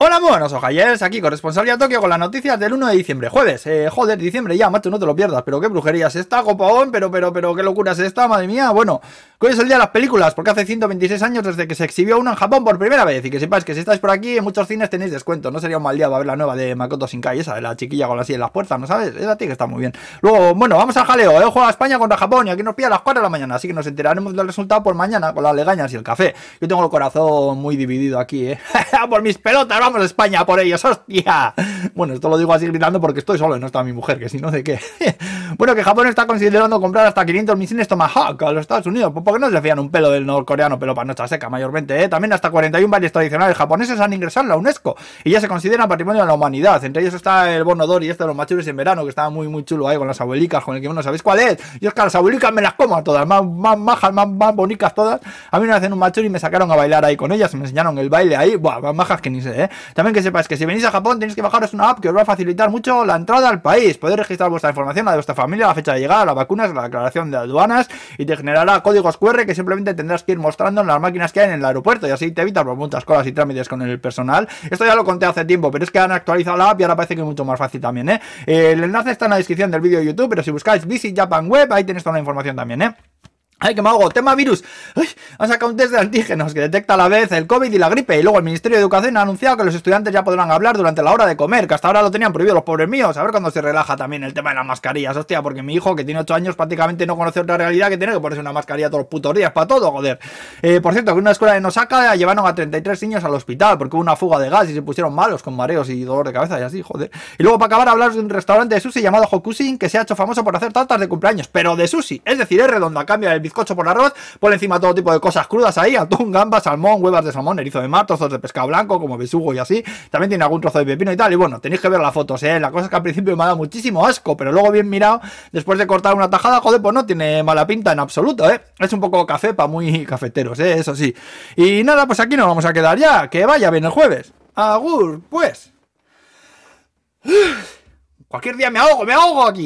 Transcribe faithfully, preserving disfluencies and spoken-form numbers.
Hola, muy buenos ojayers, aquí corresponsal a Tokio con las noticias del uno de diciembre, jueves, eh, joder, diciembre ya, macho, no te lo pierdas, pero qué brujería es esta, copón, pero, pero, pero, qué locura es esta, madre mía, bueno, hoy es el día de las películas, porque hace ciento veintiséis años desde que se exhibió una en Japón por primera vez, y que sepáis que si estáis por aquí, en muchos cines tenéis descuento, no sería un mal día para ver la nueva de Makoto Shinkai, esa de la chiquilla con la silla en las puertas, ¿no sabes? Esa tía que está muy bien. Luego, bueno, vamos al jaleo, eh, juega España contra Japón, y aquí nos pilla a las cuatro de la mañana, así que nos enteraremos del resultado por mañana, con las legañas y el café. Yo tengo el corazón muy dividido aquí, eh, por mis pelotas, vamos a España por ellos, hostia. Bueno, esto lo digo así gritando porque estoy solo y no está mi mujer, que si no, ¿de qué? Bueno, que Japón está considerando comprar hasta quinientos misiles Tomahawk a los Estados Unidos, porque no se fían un pelo del norcoreano, pelo panocha seca mayormente, ¿eh? También hasta cuarenta y uno bailes tradicionales japoneses han ingresado en la UNESCO y ya se consideran patrimonio de la humanidad. Entre ellos está el Bono Dori, este de los machures en verano, que estaba muy muy chulo ahí con las abuelicas, con el que no sabéis cuál es. Yo es que a las abuelicas me las como a todas, más, más majas, más, más bonitas todas. A mí una vez en un machuri me sacaron a bailar ahí con ellas, me enseñaron el baile ahí, buah, más majas que ni sé, ¿eh? También que sepáis que si venís a Japón tenéis que bajaros una app que os va a facilitar mucho la entrada al país. Podéis registrar vuestra información, la de vuestra familia, la fecha de llegada, las vacunas, la declaración de aduanas y te generará códigos cu erre que simplemente tendrás que ir mostrando en las máquinas que hay en el aeropuerto y así te evitas por muchas cosas y trámites con el personal. Esto ya lo conté hace tiempo, pero es que han actualizado la app y ahora parece que es mucho más fácil también, ¿eh? El enlace está en la descripción del vídeo de YouTube, pero si buscáis Visit Japan Web, ahí tenéis toda la información también, ¿eh? ¡Ay, que me hago! Tema virus. ¡Ay! Han sacado un test de antígenos que detecta a la vez el COVID y la gripe. Y luego el Ministerio de Educación ha anunciado que los estudiantes ya podrán hablar durante la hora de comer, que hasta ahora lo tenían prohibido los pobres míos. A ver cuándo se relaja también el tema de las mascarillas, hostia, porque mi hijo, que tiene ocho años, prácticamente no conoce otra realidad que tiene que ponerse una mascarilla todos los putos días para todo, joder. Eh, por cierto, que en una escuela de Osaka llevaron a treinta y tres niños al hospital porque hubo una fuga de gas y se pusieron malos con mareos y dolor de cabeza y así, joder. Y luego, para acabar, hablar de un restaurante de sushi llamado Hokusin que se ha hecho famoso por hacer tartas de cumpleaños, pero de sushi, es decir, es redonda, cambia el bizcocho por arroz, pone encima todo tipo de cosas crudas ahí, atún, gambas, salmón, huevas de salmón, erizo de mar, trozos de pescado blanco como besugo y así, también tiene algún trozo de pepino y tal, y bueno, tenéis que ver las fotos, eh, la cosa es que al principio me ha dado muchísimo asco, pero luego bien mirado, después de cortar una tajada, joder, pues no tiene mala pinta en absoluto, eh, es un poco café para muy cafeteros, eh, eso sí, y nada, pues aquí nos vamos a quedar ya, que vaya bien el jueves, agur, pues, cualquier día me ahogo, me ahogo aquí.